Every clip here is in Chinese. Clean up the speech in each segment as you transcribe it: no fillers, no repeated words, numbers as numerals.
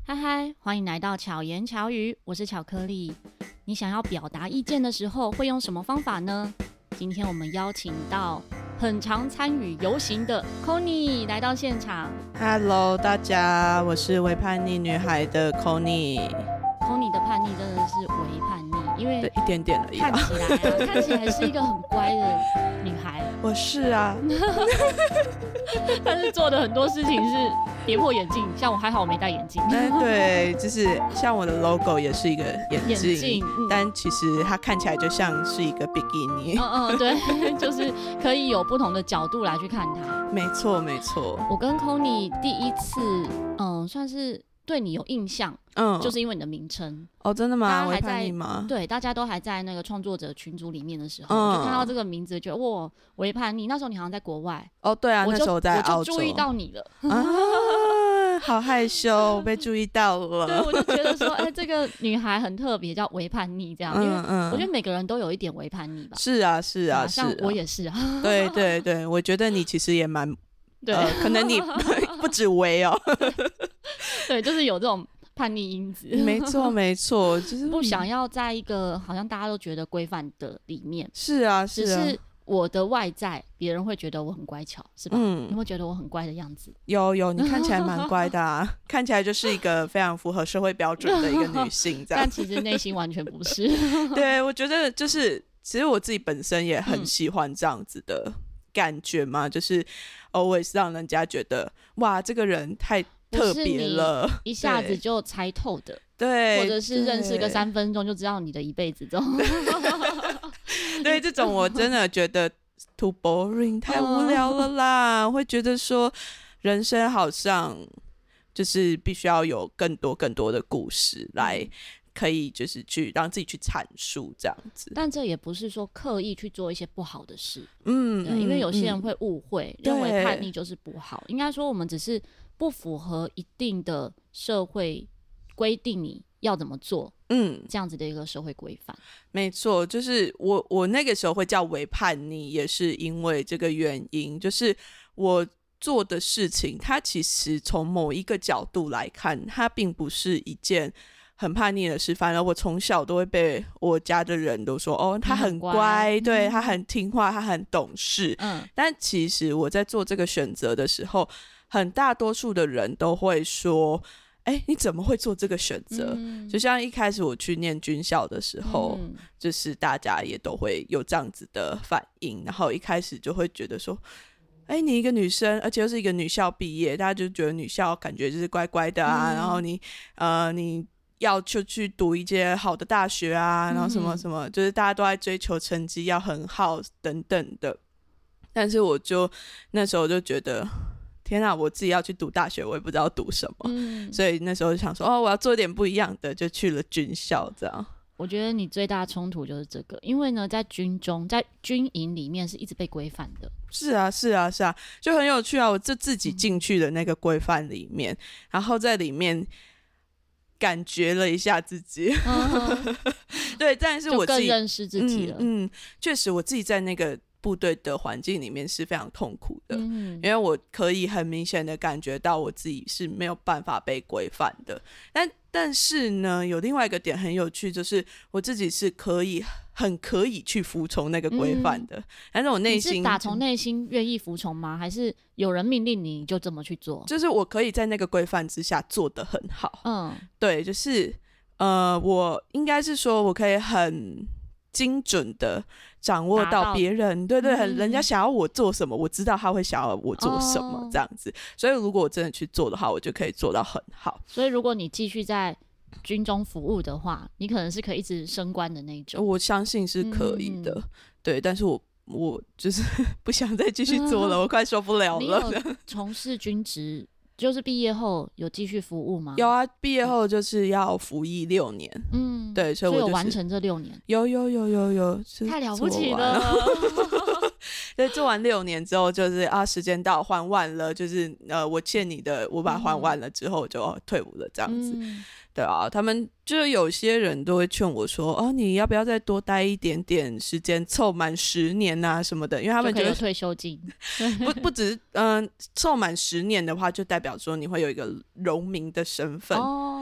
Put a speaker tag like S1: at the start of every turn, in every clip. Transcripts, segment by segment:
S1: 嗨嗨，欢迎来到巧言巧语，我是巧克力。你想要表达意见的时候，会用什么方法呢？今天我们邀请到很常参与游行的 Connie 来到现场。
S2: Hello， 大家，我是微叛逆女孩的 Connie。Connie
S1: 的叛逆真的是微叛逆，因为
S2: 对一点点而已啦。
S1: 看起来是一个很乖的女孩。
S2: 我是啊，
S1: 但是做的很多事情是跌破眼镜，像我还好我没戴眼镜。
S2: 对，就是像我的 logo 也是一个眼镜，但其实它看起来就像是一个比基尼。
S1: 对，就是可以有不同的角度来去看它。
S2: 没错没错。
S1: 我跟 Connie 第一次算是对你有印象，就是因为你的名称。
S2: 哦，真的吗？微叛逆吗？
S1: 对，大家都还在那个创作者群组里面的时候，就看到这个名字，觉得哇，微叛逆。那时候你好像在国外。
S2: 哦，对啊，那时候我在澳洲，
S1: 我就注意到你了。
S2: 好害羞，被注意到了。
S1: 对，我就觉得说，这个女孩很特别，叫微叛逆这样。因为我觉得每个人都有一点微叛逆吧。
S2: 是啊，是啊，
S1: 像我也是啊。
S2: 对对对，我觉得你其实也蛮，可能你不止微哦。
S1: 对，就是有这种叛逆因子。
S2: 没错没错，就是
S1: 不想要在一个好像大家都觉得规范的里面。
S2: 是啊是啊，
S1: 只是我的外在别人会觉得我很乖巧，是吧？你会觉得我很乖的样子。
S2: 有，你看起来蛮乖的啊。看起来就是一个非常符合社会标准的一个女性这样。
S1: 但其实内心完全不是。
S2: 对，我觉得就是其实我自己本身也很喜欢这样子的感觉嘛，就是 always 让人家觉得哇，这个人太特别了，
S1: 一下子就猜透的。
S2: 对，
S1: 或者是认识个3分钟就知道你的一辈子这种。
S2: 对，这种我真的觉得 too boring， 太无聊了啦。会觉得说人生好像就是必须要有更多的故事来可以就是去让自己去阐述这样子。
S1: 但这也不是说刻意去做一些不好的事。对，因为有些人会误会，认为叛逆就是不好。应该说我们只是不符合一定的社会规定你要怎么做，这样子的一个社会规范。
S2: 没错，就是我那个时候会叫微叛逆，也是因为这个原因，就是我做的事情，它其实从某一个角度来看，它并不是一件很叛逆的事。反而我从小都会被我家的人都说，哦，他很乖，对，他很听话，他很懂事。但其实我在做这个选择的时候，很大多数的人都会说，你怎么会做这个选择？就像一开始我去念军校的时候，就是大家也都会有这样子的反应，然后一开始就会觉得说，你一个女生，而且又是一个女校毕业，大家就觉得女校感觉就是乖乖的啊，然后你要就去读一些好的大学啊，然后什么什么，就是大家都在追求成绩要很好等等的。但是我就那时候就觉得，天啊，我自己要去读大学，我也不知道读什么，所以那时候就想说，我要做点不一样的，就去了军校这样。
S1: 我觉得你最大的冲突就是这个，因为呢，在军中，在军营里面是一直被规范的。
S2: 是啊，就很有趣啊！我就自己进去的那个规范里面，然后在里面感觉了一下自己。对，但是我自己
S1: 就更认识自己了。
S2: 确实，我自己在那个部队的环境里面是非常痛苦的，因为我可以很明显的感觉到我自己是没有办法被规范的。但是呢，有另外一个点很有趣，就是我自己是很可以去服从那个规范的。但是我内心，
S1: 你是打从内心愿意服从吗？还是有人命令你就这么去做？
S2: 就是我可以在那个规范之下做得很好。对，就是我应该是说我可以很精准的掌握到别人，对，人家想要我做什么，我知道他会想要我做什么，这样子。所以如果我真的去做的话，我就可以做到很好。
S1: 所以如果你继续在军中服务的话，你可能是可以一直升官的那种。
S2: 我相信是可以的，对。但是我就是不想再继续做了，我快受不了了。
S1: 你有从事军职？就是毕业后有继续服务吗？
S2: 有啊，毕业后就是要服役6年。对，所以我
S1: 有完成这6年。
S2: 有，
S1: 太了不起了。
S2: 对，做完6年之后，就是时间到还完了，就是我欠你的，我把它还完了之后就退伍了，这样子。对啊，他们就有些人都会劝我说，你要不要再多待一点点时间，凑满10年啊什么的，因为他们觉得
S1: 就可以有退休金。
S2: 不只是凑满10年的话，就代表说你会有一个荣民的身份。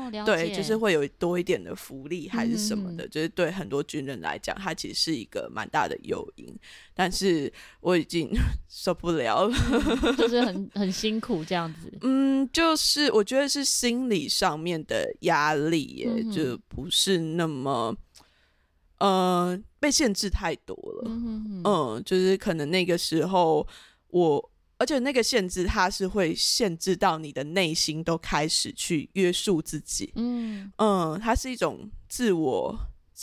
S2: 对，就是会有多一点的福利还是什么的，就是对很多军人来讲，它其实是一个蛮大的诱因。但是我已经受不了了，
S1: 就是很辛苦这样子。
S2: 就是我觉得是心理上面的压力耶，就不是那么被限制太多了。就是可能那个时候而且那个限制它是会限制到你的内心都开始去约束自己。它是一种自我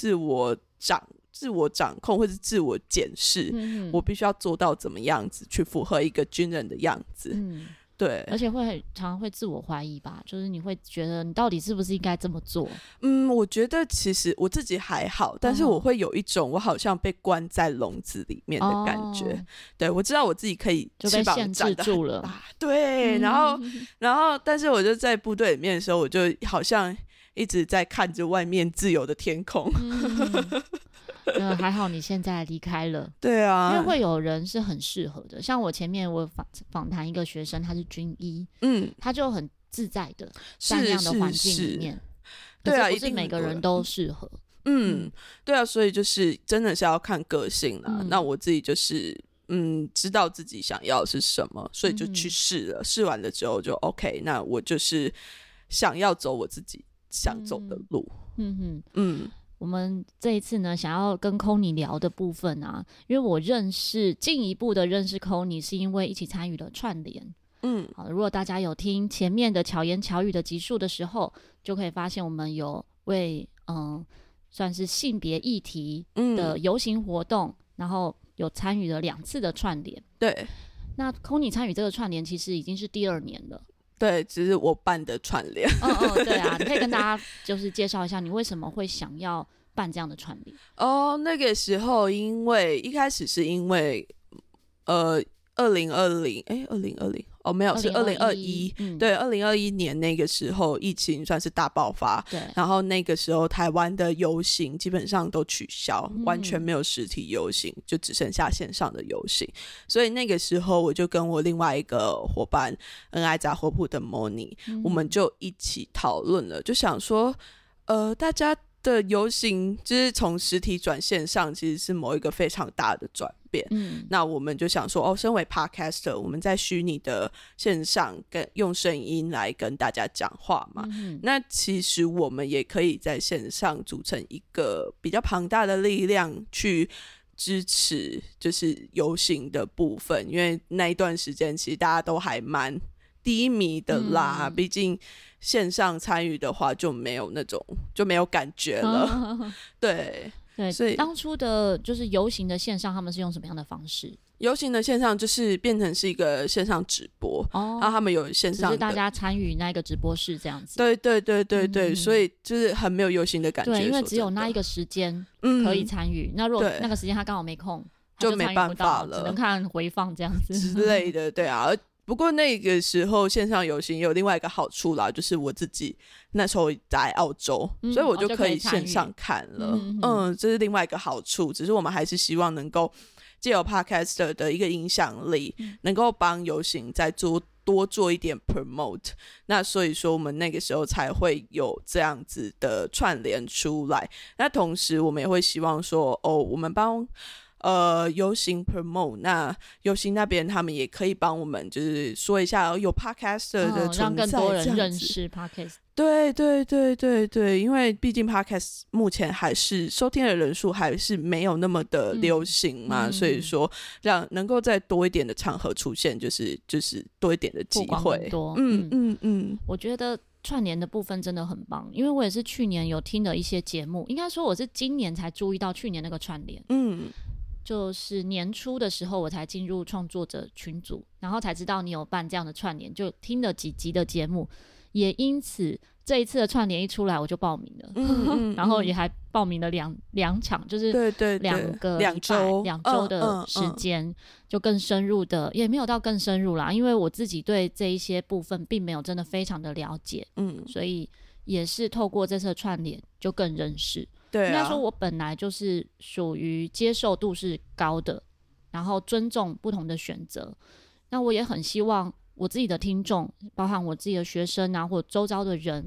S2: 掌控或是自我检视。我必须要做到怎么样子去符合一个军人的样子。对，
S1: 而且常常会自我怀疑吧，就是你会觉得你到底是不是应该这么做？
S2: 我觉得其实我自己还好，但是我会有一种我好像被关在笼子里面的感觉。对，我知道我自己可以翅膀展得很大，就被限制住了。对，然后但是我就在部队里面的时候，我就好像一直在看着外面自由的天空。
S1: 还好你现在离开了。
S2: 对啊，
S1: 因为会有人是很适合的，像我前面我访谈一个学生，他是军医，他就很自在的在那样的环境里面。对啊，不是每个人都适合。
S2: 对啊，所以就是真的是要看个性啦。那我自己就是知道自己想要的是什么，所以就去试了。试完了之后就 OK， 那我就是想要走我自己想走的路。
S1: 我们这一次呢，想要跟 Connie 聊的部分啊，因为我进一步的认识 Connie 是因为一起参与了串联。好，如果大家有听前面的巧言巧语的集数的时候，就可以发现我们有为算是性别议题的游行活动，然后有参与了2次的串联。
S2: 对，
S1: 那 Connie 参与这个串联其实已经是第2年了。
S2: 对，只是我办的串联。
S1: 对啊，你可以跟大家就是介绍一下你为什么会想要办这样的串联。
S2: 那个时候一开始是因为2020没有，是2021。对，2021年那个时候疫情算是大爆发。
S1: 对，
S2: 然后那个时候台湾的游行基本上都取消，完全没有实体游行，就只剩下线上的游行。所以那个时候我就跟我另外一个伙伴恩爱杂货铺的 Moni，我们就一起讨论了，就想说大家的游行就是从实体转线上，其实是某一个非常大的转变。那我们就想说身为 podcaster， 我们在虚拟的线上用声音来跟大家讲话嘛。那其实我们也可以在线上组成一个比较庞大的力量去支持就是游行的部分，因为那一段时间其实大家都还蛮低迷的啦，毕竟线上参与的话就没有感觉了。对，所以
S1: 当初的就是游行的线上他们是用什么样的方式？
S2: 游行的线上就是变成是一个线上直播，然后他们有线上的，
S1: 只是大家参与那个直播室这样子。
S2: 对，所以就是很没有游行的感觉。
S1: 对，因为只有那一个时间可以参与，那如果那个时间他刚好没空，
S2: 就没办法了，
S1: 只能看回放这样子
S2: 之类的。对啊，不过那个时候线上游行有另外一个好处啦，就是我自己那时候在澳洲，所以我就可以线上看了。这是另外一个好处，只是我们还是希望能够藉由 Podcaster 的一个影响力，能够帮游行再多做一点 promote。那所以说我们那个时候才会有这样子的串联出来。那同时我们也会希望说我们帮游行 promote， 那游行那边他们也可以帮我们就是说一下有 podcaster 的存在，
S1: 让更多人认识 podcast。
S2: 对，因为毕竟 podcast 目前还是收听的人数还是没有那么的流行嘛，所以说让能够再多一点的场合出现，就是多一点的机会。
S1: 我觉得串联的部分真的很棒，因为我也是去年有听的一些节目，应该说我是今年才注意到去年那个串联。就是年初的时候我才进入创作者群组，然后才知道你有办这样的串联，就听了几集的节目，也因此这一次的串联一出来我就报名了。然后也还报名了两场，就是2周的时间，就更深入的，也没有到更深入啦，因为我自己对这一些部分并没有真的非常的了解。所以也是透过这次的串联就更认识。
S2: 对，
S1: 应该说我本来就是属于接受度是高的，然后尊重不同的选择。那我也很希望我自己的听众，包含我自己的学生啊，或者周遭的人，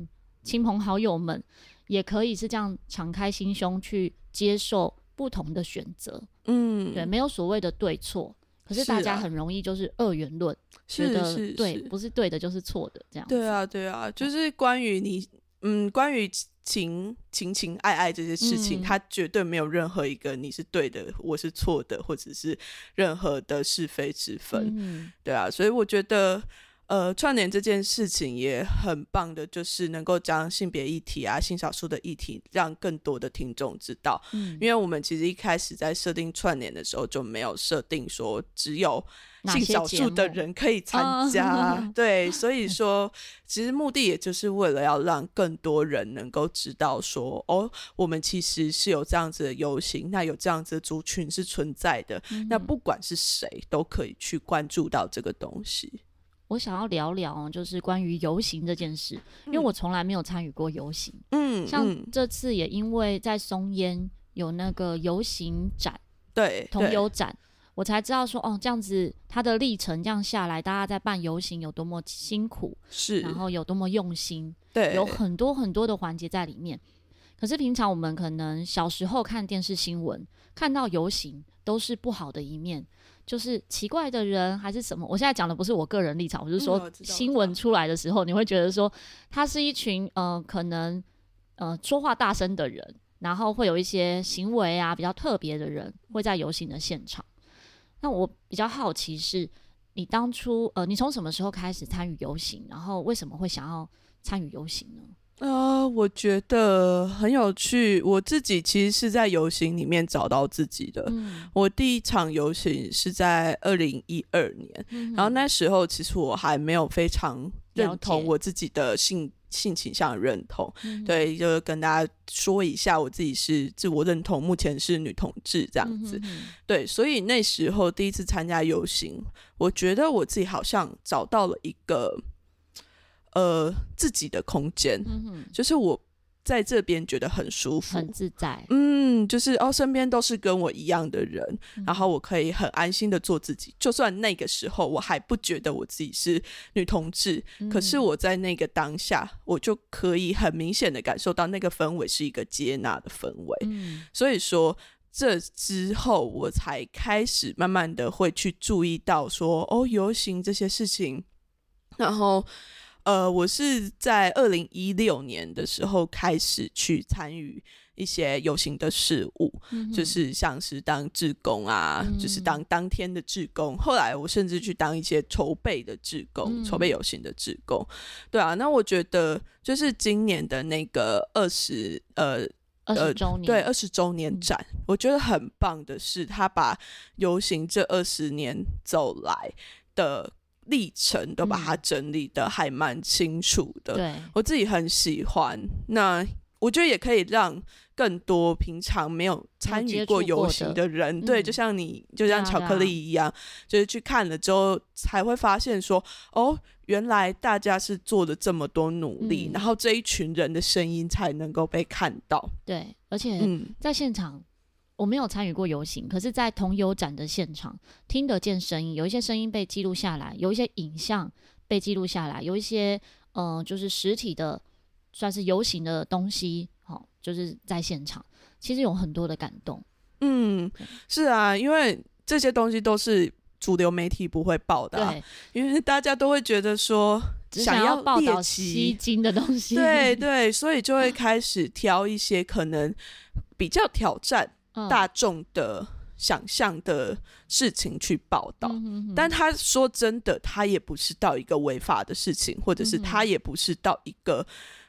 S1: 亲朋好友们也可以是这样敞开心胸去接受不同的选择。对，没有所谓的对错，可是大家很容易就是二元论，觉得对不是对的就是错的这样子。
S2: 对啊，就是关于关于情爱这些事情，它绝对没有任何一个你是对的我是错的，或者是任何的是非之分。对啊，所以我觉得串联这件事情也很棒的，就是能够将性别议题啊、性少数的议题让更多的听众知道。因为我们其实一开始在设定串联的时候就没有设定说只有性少数的人可以参加，对，所以说其实目的也就是为了要让更多人能够知道说我们其实是有这样子的游行，那有这样子的族群是存在的，那不管是谁都可以去关注到这个东西。
S1: 我想要聊聊就是关于游行这件事，因为我从来没有参与过游行。像这次也因为在松烟有那个游行展，
S2: 对，
S1: 同游展，我才知道说这样子它的历程这样下来，大家在办游行有多么辛苦，是，然后有多么用心，对，有很多很多的环节在里面。可是平常我们可能小时候看电视新闻看到游行都是不好的一面，就是奇怪的人还是什么。我现在讲的不是我个人立场，我是说新闻出来的时候你会觉得说他是一群可能说话大声的人，然后会有一些行为啊比较特别的人会在游行的现场。那我比较好奇是你当初你从什么时候开始参与游行，然后为什么会想要参与游行呢？
S2: 我觉得很有趣，我自己其实是在游行里面找到自己的。我第一场游行是在2012年，然后那时候其实我还没有非常认同我自己的性倾向的认同，对，就跟大家说一下，我自己是自我认同目前是女同志这样子。对，所以那时候第一次参加游行，我觉得我自己好像找到了一个自己的空间，就是我在这边觉得很舒服，
S1: 很自在。
S2: 就是身边都是跟我一样的人，然后我可以很安心的做自己。就算那个时候我还不觉得我自己是女同志，可是我在那个当下，我就可以很明显的感受到那个氛围是一个接纳的氛围。所以说这之后我才开始慢慢的会去注意到说游行这些事情。然后我是在2016年的时候开始去参与一些游行的事务，就是像是当志工啊，就是当天的志工。后来我甚至去当一些筹备的志工，筹备游行的志工。对啊，那我觉得就是今年的那个20周年，对，20周年展，我觉得很棒的是，他把游行这20年走来的历程都把它整理的还蛮清楚的，对，我自己很喜欢。那我觉得也可以让更多平常没有参与过游行的人，对，就像你，就像巧克力一样，就是去看了之后才会发现说原来大家是做了这么多努力，然后这一群人的声音才能够被看到。
S1: 对，而且在现场我没有参与过游行，可是在同游展的现场听得见声音，有一些声音被记录下来，有一些影像被记录下来，有一些就是实体的算是游行的东西，就是在现场其实有很多的感动。
S2: 是啊，因为这些东西都是主流媒体不会报的对，因为大家都会觉得说
S1: 想要报道吸睛的东西，
S2: 对对，所以就会开始挑一些可能比较挑战大众的想象的事情去报道。但他说真的，他也不是到一个违法的事情，或者是他也不是到一个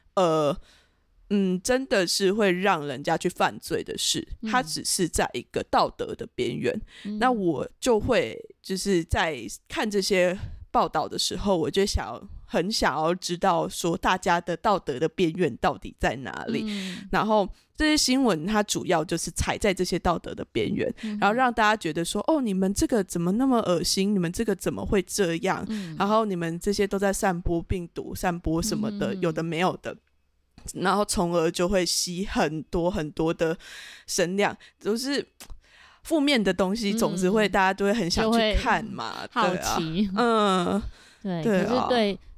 S2: 真的是会让人家去犯罪的事，他只是在一个道德的边缘。那我就会就是在看这些报道的时候，我就很想要知道说大家的道德的边缘到底在哪里。然后这些新闻它主要就是踩在这些道德的边缘，然后让大家觉得说你们这个怎么那么恶心，你们这个怎么会这样，然后你们这些都在散播病毒，散播什么的，有的没有的，然后从而就会吸很多很多的声量，就是负面的东西总是会大家都会很想去看嘛，
S1: 好奇。
S2: 对，
S1: 可是对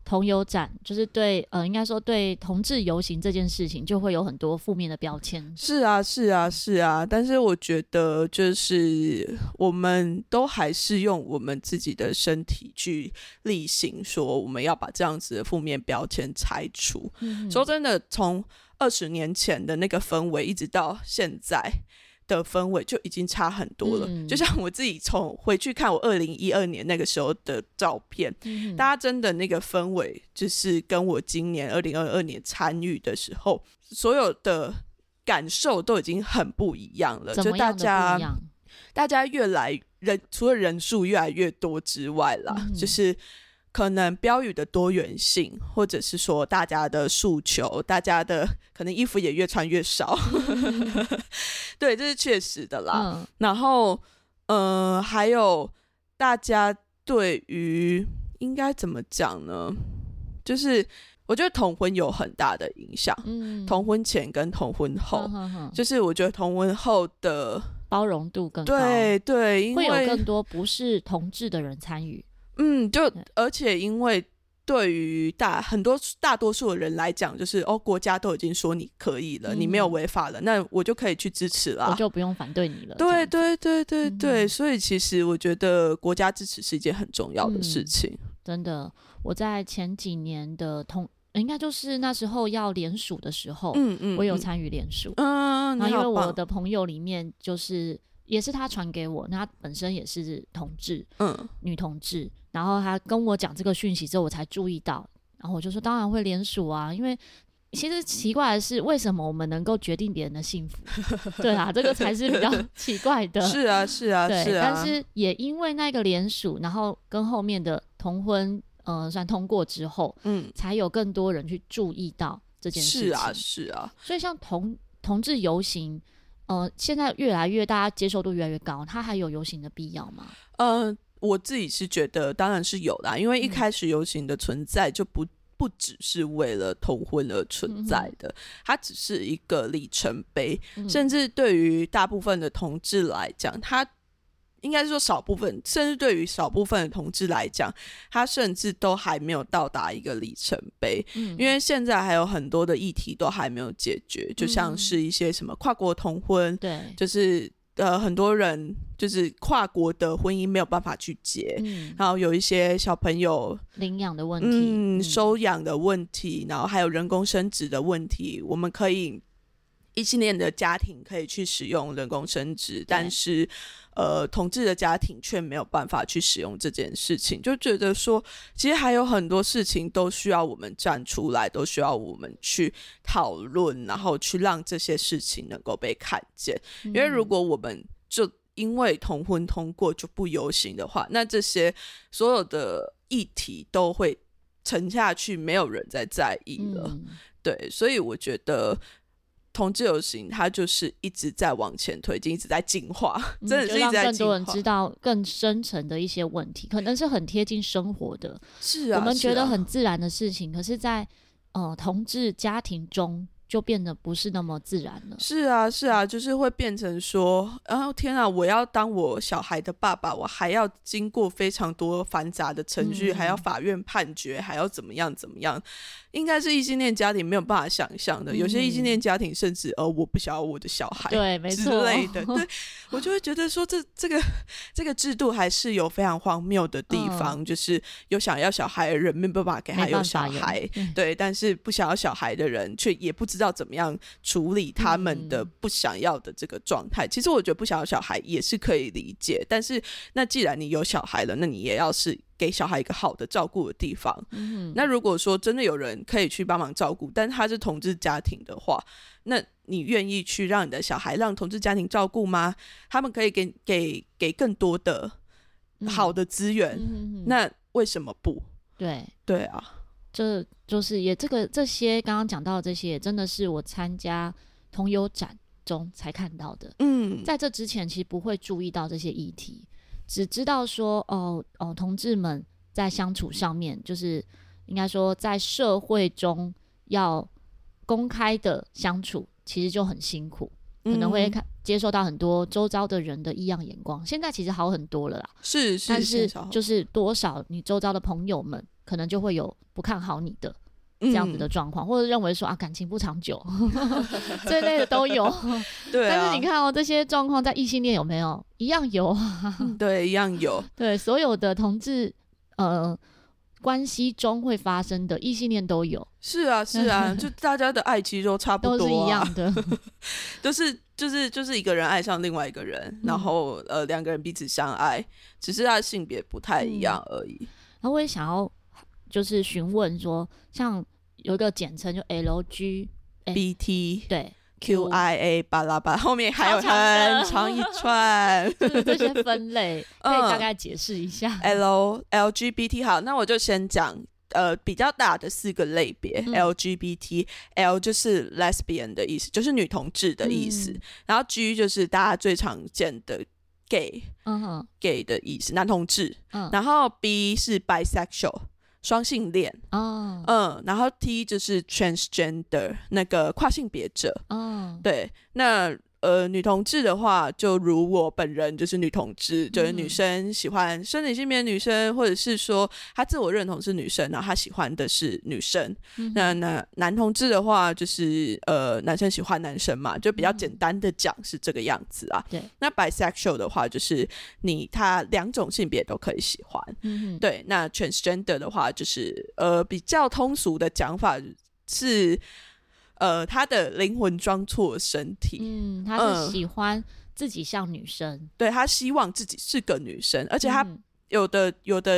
S1: 同游展，就是对应该说对同志游行这件事情就会有很多负面的标签。
S2: 是啊是啊是啊，但是我觉得就是我们都还是用我们自己的身体去力行，说我们要把这样子的负面标签拆除。说真的，从20年前的那个氛围一直到现在的氛围就已经差很多了。就像我自己从回去看我2012年那个时候的照片，大家真的那个氛围就是跟我今年2022年参与的时候所有的感受都已经很不一样了。
S1: 怎么样的不一样？
S2: 就大家除了人数越来越多之外啦，就是可能标语的多元性，或者是说大家的诉求，大家的可能衣服也越穿越少对，这是确实的啦。然后还有大家对于应该怎么讲呢，就是我觉得同婚有很大的影响。同婚前跟同婚后，就是我觉得同婚后的
S1: 包容度更高，
S2: 对，因为
S1: 会有更多不是同志的人参与。
S2: 而且因为对于大多数的人来讲，就是国家都已经说你可以了，你没有违法了，那我就可以去支持啦，
S1: 我就不用反对你了。
S2: 对，所以其实我觉得国家支持是一件很重要的事情。
S1: 真的，我在前几年的应该就是那时候要联署的时候，我有参与联署。然后因为我的朋友里面就是也是他传给我，那他本身也是同志，女同志，然后他跟我讲这个讯息之后，我才注意到，然后我就说当然会联署啊，因为其实奇怪的是，为什么我们能够决定别人的幸福？对啊，这个才是比较奇怪的。
S2: 是啊，
S1: 对，但是也因为那个联署，然后跟后面的同婚算通过之后，才有更多人去注意到这件事情。
S2: 是啊，
S1: 所以像同志游行。现在越来越大家接受度越来越高，它还有游行的必要吗？
S2: 我自己是觉得当然是有啦，因为一开始游行的存在就不只是为了同婚而存在的，它只是一个里程碑，甚至对于大部分的同志来讲，它应该是说少部分，甚至对于少部分的同志来讲，他甚至都还没有到达一个里程碑。因为现在还有很多的议题都还没有解决，就像是一些什么跨国同婚，
S1: 对，
S2: 就是很多人就是跨国的婚姻没有办法去结，然后有一些小朋友
S1: 领养的问题，
S2: 收养的问题，然后还有人工生殖的问题，我们可以异性恋的家庭可以去使用人工生殖，但是同志的家庭却没有办法去使用这件事情，就觉得说其实还有很多事情都需要我们站出来，都需要我们去讨论，然后去让这些事情能够被看见。因为如果我们就因为同婚通过就不游行的话，那这些所有的议题都会沉下去，没有人再在意了。对，所以我觉得同志游行它就是一直在往前推进，一直在进化，真的是一直在进化，就让
S1: 更多人知道更深层的一些问题，可能是很贴近生活的，
S2: 是啊，
S1: 我们觉得很自然的事情，可是在同志家庭中就变得不是那么自然了。
S2: 是啊，就是会变成说天啊，我要当我小孩的爸爸，我还要经过非常多繁杂的程序，还要法院判决，还要怎么样，应该是异性恋家庭没有办法想象的。有些异性恋家庭甚至我不想要我的小孩，
S1: 对，没错
S2: 之类的。对，我就会觉得说这个制度还是有非常荒谬的地方，就是有想要小孩的人没办法给他有小孩，对，但是不想要小孩的人却也不知道怎么样处理他们的不想要的这个状态。其实我觉得不想要小孩也是可以理解，但是那既然你有小孩了，那你也要是给小孩一个好的照顾的地方。那如果说真的有人可以去帮忙照顾，但是他是同志家庭的话，那你愿意去让你的小孩让同志家庭照顾吗？他们可以给更多的好的资源，那为什么不？对啊，
S1: 这就是也这些刚刚讲到的这些，真的是我参加同游展中才看到的。在这之前其实不会注意到这些议题，只知道说同志们在相处上面，就是应该说在社会中要公开的相处其实就很辛苦，可能会接受到很多周遭的人的异样眼光。现在其实好很多了啦，
S2: 是，
S1: 但是就是多少你周遭的朋友们可能就会有不看好你的这样子的状况，或者认为说感情不长久这类的都有
S2: 对啊，
S1: 但是你看这些状况在异性恋有没有？一样有
S2: 对，一样有。
S1: 对，所有的同志关系中会发生的异性恋都有。
S2: 是啊是啊就大家的爱其实都差不多
S1: 都是一样的
S2: 就是一个人爱上另外一个人，然后两个人彼此相爱，只是他的性别不太一样而已。
S1: 然后我也想要就是询问说，像有一个简称就 LGBT 对
S2: QIA 巴拉巴拉，后面还有很长一串
S1: 就是这些分类可以大概解释一下。
S2: LGBT 好，那我就先讲比较大的4个类别。LGBT L 就是 lesbian 的意思，就是女同志的意思，然后 G 就是大家最常见的 gay gay 的意思，男同志，然后 B 是 bisexual 双性恋，然后 T 就是 transgender 那个跨性别者，对，那女同志的话，就如我本人就是女同志，就是女生喜欢生理性别女生，或者是说她自我认同是女生，然后她喜欢的是女生。那男同志的话，就是男生喜欢男生嘛，就比较简单的讲是这个样子啊。
S1: 对。
S2: 那 bisexual 的话，就是他2种性别都可以喜欢。对。那 transgender 的话，就是比较通俗的讲法是。他的灵魂装错身体，
S1: 他是喜欢自己像女生，
S2: 对，他希望自己是个女生，而且他有的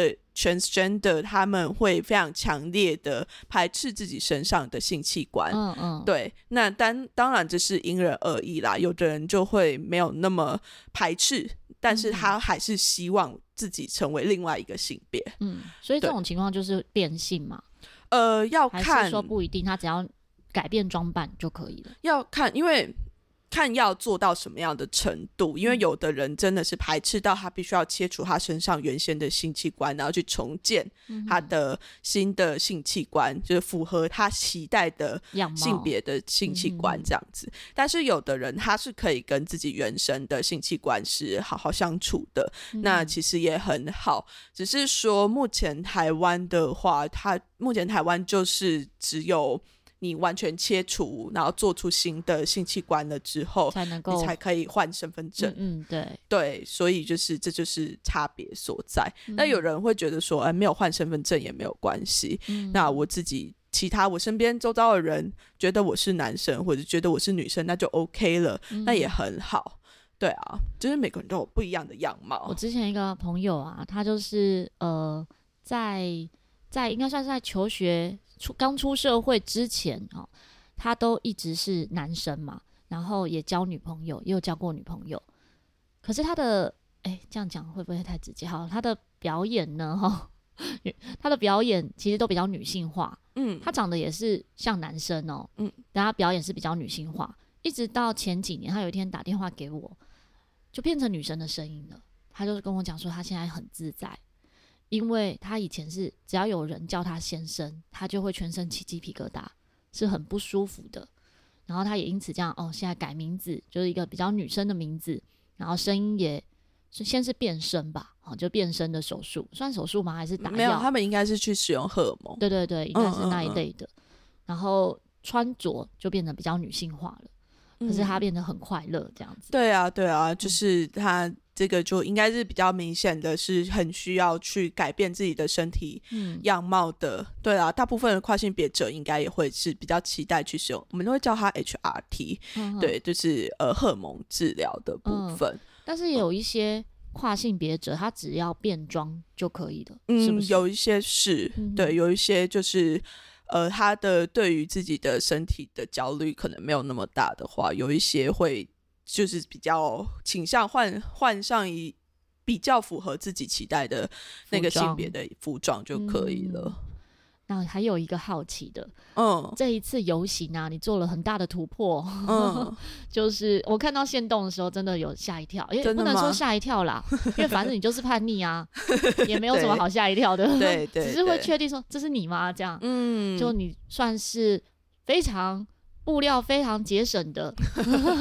S2: transgender 他们会非常强烈的排斥自己身上的性器官，对，那当然这是因人而异啦，有的人就会没有那么排斥，但是他还是希望自己成为另外一个性别，
S1: 所以这种情况就是变性嘛？
S2: 要看，
S1: 还是说不一定，他只要改变装扮就可以了？要
S2: 看，因为看要做到什么样的程度，因为有的人真的是排斥到他必须要切除他身上原先的性器官，然后去重建他的新的性器官，就是符合他期待的性别的性器官这样子。但是有的人他是可以跟自己原生的性器官是好好相处的，那其实也很好，只是说目前台湾的话，目前台湾就是只有你完全切除，然后做出新的性器官了之后，你才可以换身份证。对，所以这就是差别所在。那有人会觉得说，没有换身份证也没有关系。那我自己我身边周遭的人觉得我是男生或者觉得我是女生，那就 OK 了，那也很好。对啊，就是每个人都有不一样的样貌。
S1: 我之前一个朋友啊，他就是在应该算是在求学刚出社会之前他都一直是男生嘛，然后也交女朋友，也有交过女朋友。可是他的这样讲会不会太直接？好，他的表演呢他的表演其实都比较女性化，他长得也是像男生但他表演是比较女性化，一直到前几年，他有一天打电话给我，就变成女生的声音了。他就跟我讲说，他现在很自在。因为他以前是只要有人叫他先生，他就会全身起鸡皮疙瘩，是很不舒服的。然后他也因此这样现在改名字，就是一个比较女生的名字，然后声音也先是变声吧，就变声的手术，算手术吗？还是打药？
S2: 没有，他们应该是去使用荷尔蒙。
S1: 对对对，应该是那一类的。然后穿着就变得比较女性化了，可是他变得很快乐这样子。
S2: 对啊对啊，就是他这个就应该是比较明显的，是很需要去改变自己的身体样貌的。对啊，大部分的跨性别者应该也会是比较期待去使用，我们都会叫它 HRT，对，就是荷尔蒙治疗的部分。
S1: 但是有一些跨性别者，他只要变装就可以了，是不是？
S2: 有一些是，对，有一些就是他的对于自己的身体的焦虑可能没有那么大的话，有一些会就是比较倾向换上比较符合自己期待的那个性别的服装就可以了。
S1: 那还有一个好奇的，这一次游行啊，你做了很大的突破，就是我看到限动的时候，真的有吓一跳，也不能说吓一跳啦，因为反正你就是叛逆啊，也没有什么好吓一跳的，
S2: 对对，
S1: 只是会确定说这是你吗？这样，就你算是布料非常节省的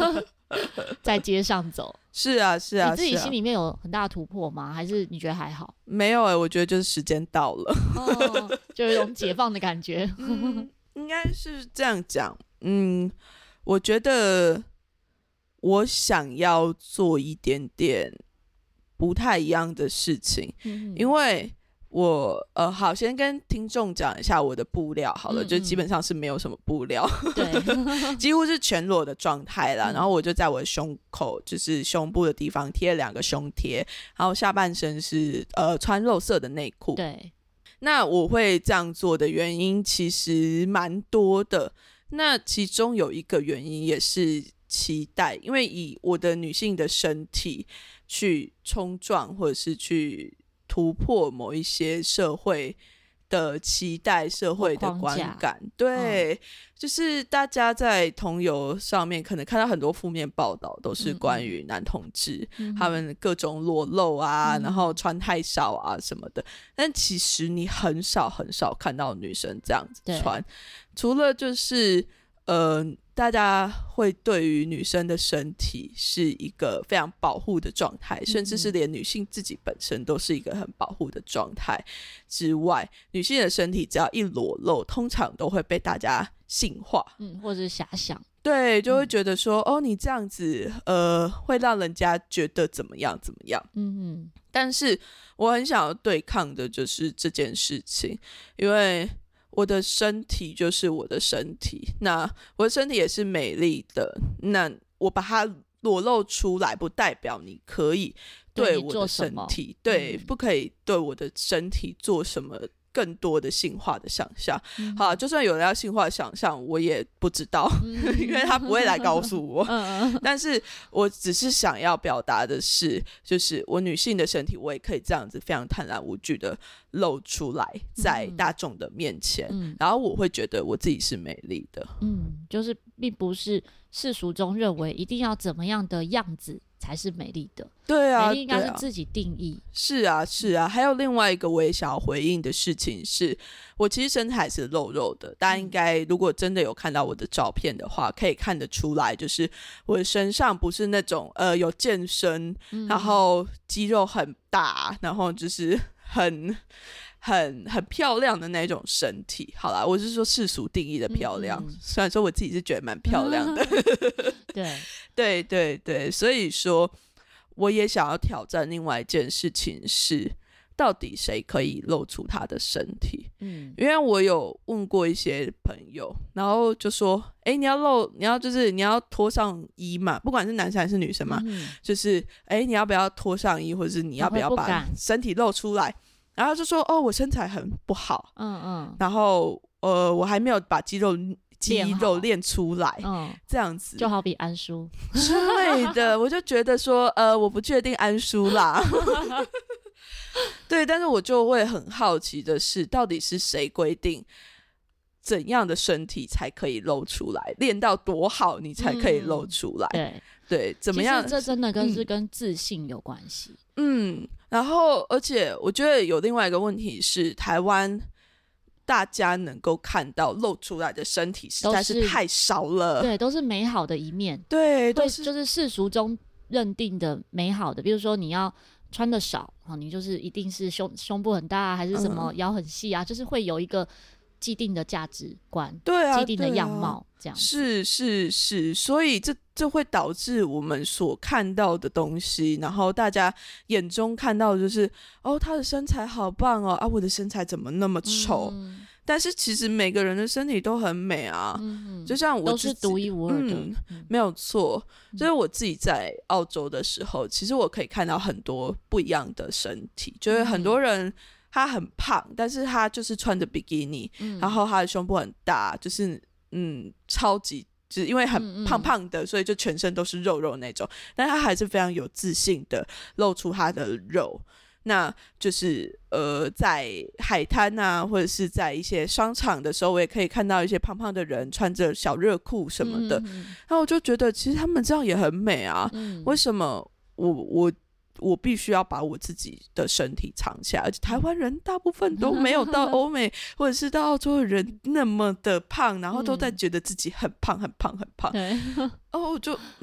S1: 在街上走。
S2: 是啊是啊，
S1: 你自己心里面有很大的突破吗？还是你觉得还好？
S2: 没有我觉得就是时间到了，
S1: 就有一种解放的感觉。
S2: 应该是这样讲。我觉得我想要做一点点不太一样的事情，因为我好，先跟听众讲一下我的布料好了，就基本上是没有什么布料，对，几乎是全裸的状态啦。然后我就在我的胸口，就是胸部的地方贴了2个胸贴，然后下半身是穿肉色的内裤。
S1: 对，
S2: 那我会这样做的原因其实蛮多的，那其中有一个原因也是期待，因为以我的女性的身体去冲撞或者是去突破某一些社会的期待、社会的观感，对，就是大家在同游上面可能看到很多负面报道，都是关于男同志他们各种裸露啊，然后穿太少啊什么的，但其实你很少很少看到女生这样子穿，除了就是大家会对于女生的身体是一个非常保护的状态，甚至是连女性自己本身都是一个很保护的状态之外，女性的身体只要一裸露，通常都会被大家性化，
S1: 或者是遐想，
S2: 对，就会觉得说你这样子会让人家觉得怎么样怎么样。但是我很想要对抗的就是这件事情，因为我的身体就是我的身体，那我的身体也是美丽的，那我把它裸露出来不代表你可以对我的身体，对，不可以对我的身体做什么更多的性化的想象。好，就算有人要性化的想象我也不知道，因为他不会来告诉我但是我只是想要表达的是，就是我女性的身体我也可以这样子非常坦然无惧的露出来在大众的面前，然后我会觉得我自己是美丽的。
S1: 就是并不是世俗中认为一定要怎么样的样子才是美丽的，
S2: 对啊，
S1: 美丽应该是自己定义。
S2: 是啊是啊，还有另外一个我也想要回应的事情是，我其实身材是肉肉的，大家应该如果真的有看到我的照片的话可以看得出来，就是我的身上不是那种有健身然后肌肉很大，然后就是很漂亮的那种身体。好啦，我是说世俗定义的漂亮，虽然说我自己是觉得蛮漂亮的对对对，所以说我也想要挑战另外一件事情是，到底谁可以露出他的身体？因为我有问过一些朋友，然后就说你要脱上衣嘛，不管是男生还是女生嘛，就是你要不要脱上衣，或者是你要不要把身体露出来，然后就说我身材很不好，然后我还没有把肌肉练出来，这样子
S1: 就好比安叔
S2: 之类的我就觉得说我不确定安叔啦对，但是我就会很好奇的是，到底是谁规定怎样的身体才可以露出来，练到多好你才可以露出来，对，怎么样？
S1: 其实这真的是跟自信有关系。
S2: 然后而且我觉得有另外一个问题是，台湾大家能够看到露出来的身体实在是太少了，
S1: 对，都是美好的一面，
S2: 对，都是
S1: 就是世俗中认定的美好的，比如说你要穿的少，你就是一定是胸部很大，还是什么腰很细啊，就是会有一个既定的价值观，
S2: 对啊，
S1: 既定的样貌，这样
S2: 是，所以这会导致我们所看到的东西，然后大家眼中看到的就是他的身材好棒啊，我的身材怎么那么丑？但是其实每个人的身体都很美啊，就像我自己
S1: 都是独一无二的，
S2: 没有错。就是我自己在澳洲的时候，其实我可以看到很多不一样的身体，就是很多人他很胖，但是他就是穿着比基尼，然后他的胸部很大，就是超级就是因为很胖胖的，所以就全身都是肉肉那种，但他还是非常有自信的露出他的肉。那就是在海滩啊，或者是在一些商场的时候，我也可以看到一些胖胖的人穿着小热裤什么的，然后我就觉得其实他们这样也很美啊，为什么我必须要把我自己的身体藏起来？而且台湾人大部分都没有到欧美或者是到澳洲的人那么的胖，然后都在觉得自己很胖很胖很胖，我就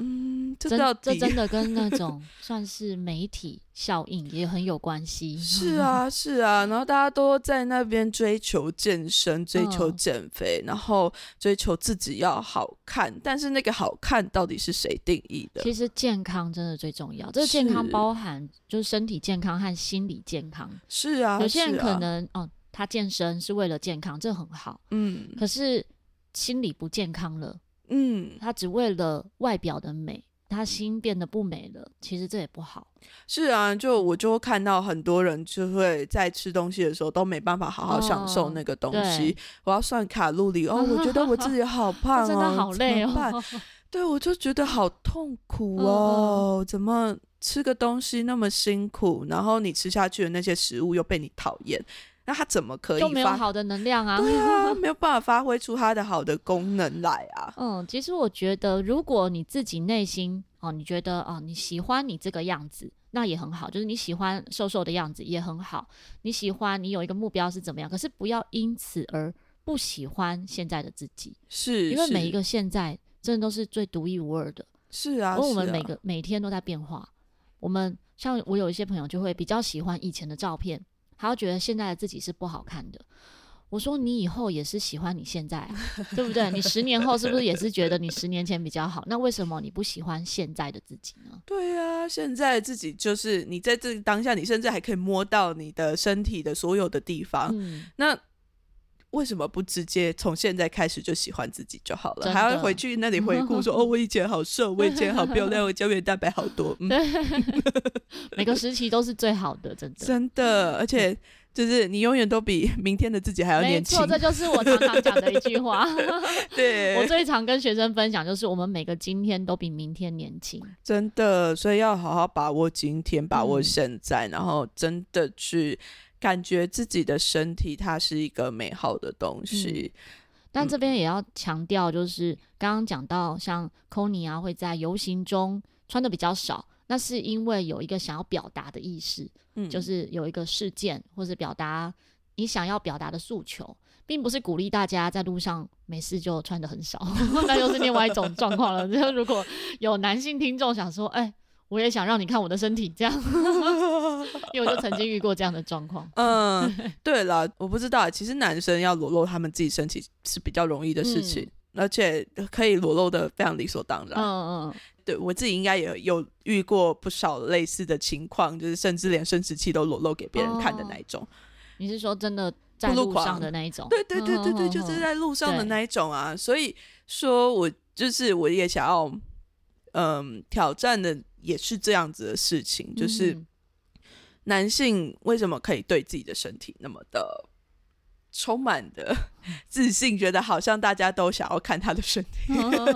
S2: 这
S1: 真的跟那种算是媒体效应也很有关系。
S2: 是啊是啊，然后大家都在那边追求健身，追求减肥，然后追求自己要好看，但是那个好看到底是谁定义的？
S1: 其实健康真的最重要，这个健康包含就是身体健康和心理健康。
S2: 是啊，
S1: 有些人可能他健身是为了健康，这很好，可是心理不健康了，他只为了外表的美，他心变得不美了，其实这也不好。
S2: 是啊，我就看到很多人就会在吃东西的时候都没办法好好享受那个东西，我要算卡路里我觉得我自己好胖
S1: 真的好累
S2: 对，我就觉得好痛苦怎么吃个东西那么辛苦，然后你吃下去的那些食物又被你讨厌，那它怎么可以
S1: 就没有好的能量啊？
S2: 对啊，没有办法发挥出它的好的功能来啊。
S1: 其实我觉得如果你自己内心你觉得你喜欢你这个样子，那也很好，就是你喜欢瘦瘦的样子也很好，你喜欢你有一个目标是怎么样，可是不要因此而不喜欢现在的自己，
S2: 是
S1: 因为每一个现在真的都是最独一无二的。
S2: 是啊，
S1: 因为我们每天都在变化。像我有一些朋友就会比较喜欢以前的照片，他会觉得现在的自己是不好看的。我说你以后也是喜欢你现在对不对？你10年后是不是也是觉得你10年前比较好？那为什么你不喜欢现在的自己呢？
S2: 对啊，现在的自己就是你在这个当下，你甚至还可以摸到你的身体的所有的地方，那为什么不直接从现在开始就喜欢自己就好了？还要回去那里回顾说我以前好瘦，我以前好漂亮，我胶原蛋白好多
S1: 每个时期都是最好的，
S2: 真的而且就是你永远都比明天的自己还要年轻。
S1: 没错，这就是我常常讲的一句话
S2: 对，
S1: 我最常跟学生分享就是我们每个今天都比明天年轻，
S2: 真的，所以要好好把握今天，把握现在，然后真的去感觉自己的身体它是一个美好的东西。
S1: 但这边也要强调，就是刚刚讲到像 Connie 会在游行中穿的比较少，那是因为有一个想要表达的意识，就是有一个事件或是表达你想要表达的诉求，并不是鼓励大家在路上没事就穿得很少那又是另外一种状况了就如果有男性听众想说我也想让你看我的身体这样因为我就曾经遇过这样的状况。
S2: 对啦，我不知道，其实男生要裸露他们自己身体是比较容易的事情，而且可以裸露的非常理所当然。对，我自己应该也有遇过不少类似的情况，就是甚至连生殖器都裸露给别人看的那一种。
S1: 你是说真的在路上的那一种？
S2: 对对对对对，就是在路上的那一种啊。所以说我也想要挑战的也是这样子的事情，就是男性为什么可以对自己的身体那么的充满的自信，觉得好像大家都想要看他的身体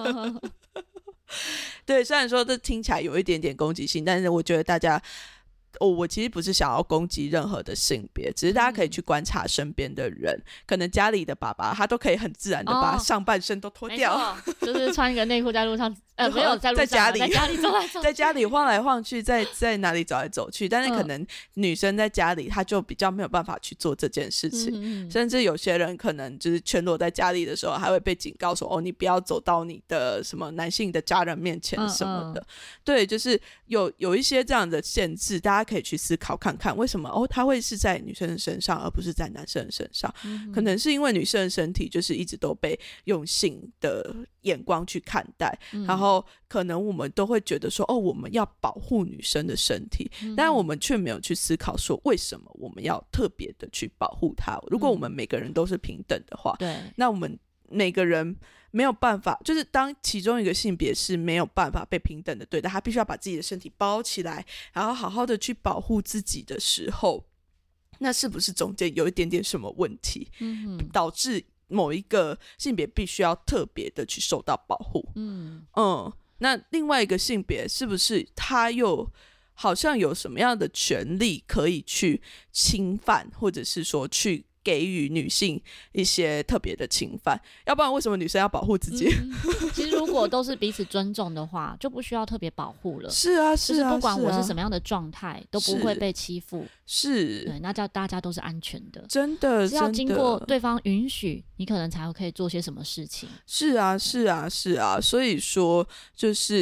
S2: 对，虽然说这听起来有一点点攻击性，但是我觉得大家我其实不是想要攻击任何的性别，只是大家可以去观察身边的人，可能家里的爸爸他都可以很自然的把上半身都脱掉，
S1: 就是穿一个内裤在路上没有在路上，在家里走来走去，
S2: 在家里晃来晃去，在哪里走来走去，但是可能女生在家里她就比较没有办法去做这件事情，甚至有些人可能就是全裸在家里的时候还会被警告说你不要走到你的什么男性的家人面前什么的。对，就是有一些这样的限制，大家可以去思考看看为什么它会是在女生的身上而不是在男生的身上，可能是因为女生的身体就是一直都被用性的眼光去看待，然后可能我们都会觉得说我们要保护女生的身体，但我们却没有去思考说为什么我们要特别的去保护她。如果我们每个人都是平等的话，那我们每个人没有办法，就是当其中一个性别是没有办法被平等的对待，他必须要把自己的身体包起来，然后好好的去保护自己的时候，那是不是中间有一点点什么问题，导致某一个性别必须要特别的去受到保护？那另外一个性别是不是他又好像有什么样的权利可以去侵犯，或者是说去给予女性一些特别的侵犯？要不然为什么女生要保护自己？
S1: 其实如果都是彼此尊重的话，就不需要特别保护了。
S2: 是啊是啊，
S1: 就是不管我是什么样的状态，都不会被欺负。
S2: 是，
S1: 对，那叫大家都是安全的。
S2: 真的，
S1: 是要经过对方允许，你可能才可以做些什么事情。
S2: 是啊是啊是啊，所以说就是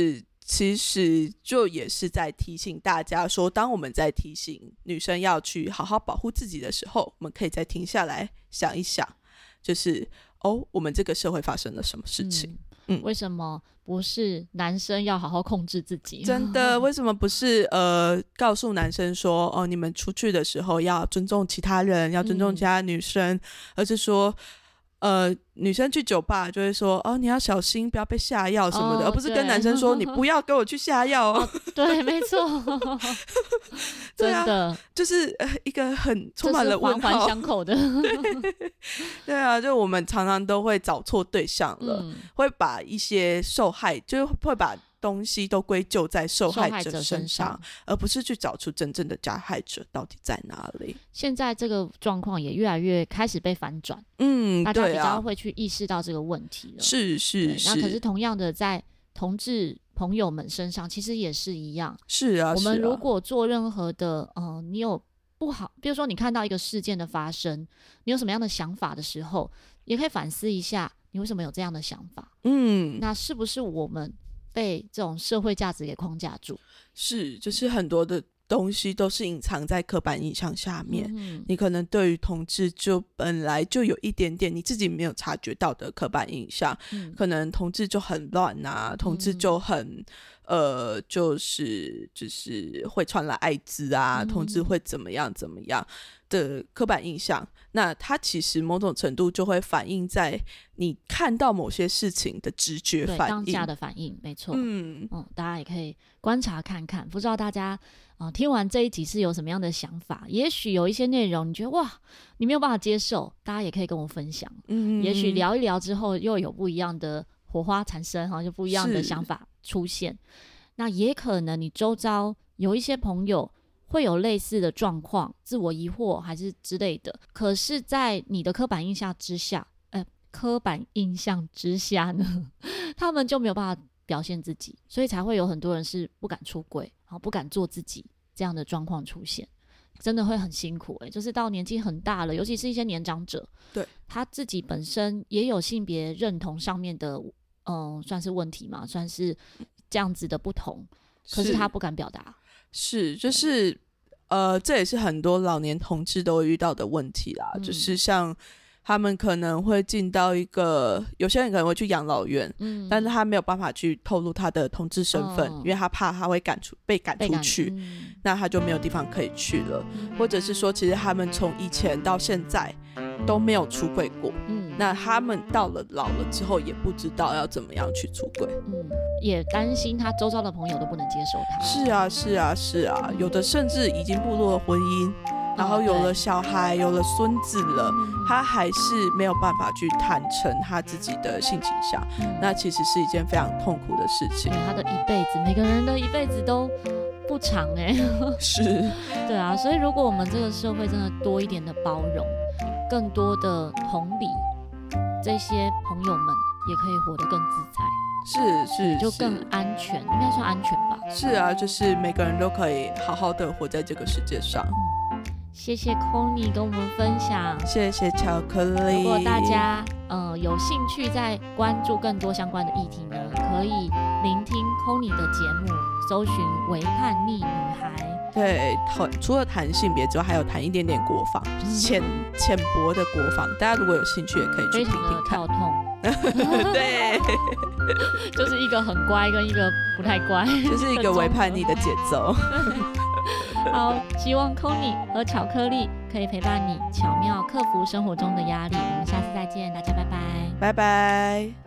S2: 其实就也是在提醒大家说，当我们在提醒女生要去好好保护自己的时候，我们可以再停下来想一想，就是我们这个社会发生了什么事情。
S1: 为什么不是男生要好好控制自己？
S2: 真的，为什么不是告诉男生说你们出去的时候要尊重其他人，要尊重其他女生，而是说女生去酒吧就会说你要小心不要被下药什么的，而不是跟男生说你不要跟我去下药
S1: 对，没错真的
S2: 就是一个很充满了问号，
S1: 这是环环相扣的
S2: 对啊，就我们常常都会找错对象了，会把一些受害，就会把东西都归咎在受害者身上，而不是去找出真正的加害者到底在哪里。
S1: 现在这个状况也越来越开始被反转，大家比较会去意识到这个问题了。
S2: 是，
S1: 那可是同样的在同志朋友们身上其实也是一样。
S2: 是啊，
S1: 我们如果做任何的你有不好，比如说你看到一个事件的发生，你有什么样的想法的时候，也可以反思一下你为什么有这样的想法。那是不是我们被这种社会价值给框架住？
S2: 是，就是很多的东西都是隐藏在刻板印象下面，你可能对于同志就本来就有一点点你自己没有察觉到的刻板印象，可能同志就很乱啊，同志就很就是会传染艾滋啊，同志会怎么样怎么样的刻板印象，那它其实某种程度就会反映在你看到某些事情的直觉反应，对，
S1: 当下的反应，没错。大家也可以观察看看，不知道大家听完这一集是有什么样的想法？也许有一些内容你觉得哇，你没有办法接受，大家也可以跟我分享。也许聊一聊之后又有不一样的火花产生，就不一样的想法出现。那也可能你周遭有一些朋友会有类似的状况，自我疑惑还是之类的，可是在你的刻板印象之下呢他们就没有办法表现自己，所以才会有很多人是不敢出柜，不敢做自己这样的状况出现，真的会很辛苦就是到年纪很大了，尤其是一些年长者，对，他自己本身也有性别认同上面的算是问题嘛，算是这样子的不同，可是他不敢表达。是，
S2: 就是这也是很多老年同志都会遇到的问题啦，就是像他们可能会进到一个，有些人可能会去养老院，但是他没有办法去透露他的同志身份，因为他怕他会被赶出去，那他就没有地方可以去了，或者是说其实他们从以前到现在都没有出柜过，那他们到了老了之后也不知道要怎么样去出柜，
S1: 也担心他周遭的朋友都不能接受他。
S2: 是啊，有的甚至已经步入了婚姻，然后有了小孩，有了孙子了，他还是没有办法去坦诚他自己的性倾向，那其实是一件非常痛苦的事情。
S1: 他的一辈子，每个人的一辈子都不长
S2: 是，
S1: 对啊，所以如果我们这个社会真的多一点的包容，更多的同理，这些朋友们也可以活得更自在。
S2: 是，
S1: 就更安全，应该算安全吧。
S2: 是啊，就是每个人都可以好好的活在这个世界上。
S1: 谢谢 Connie 跟我们分享，
S2: 谢谢巧克力。
S1: 如果大家有兴趣在关注更多相关的议题呢，可以聆听 Connie 的节目，搜寻为叛逆女孩。
S2: 对，除了谈性别之外，还有谈一点点国防，浅薄的国防，大家如果有兴趣也可以去听听看。
S1: 非常的跳痛。
S2: 对，
S1: 就是一个很乖跟一个不太乖，
S2: 就是一个为叛逆的节奏。
S1: 好，希望 Connie 和巧克力可以陪伴你巧妙克服生活中的压力。我们下次再见，大家拜拜。
S2: 拜拜。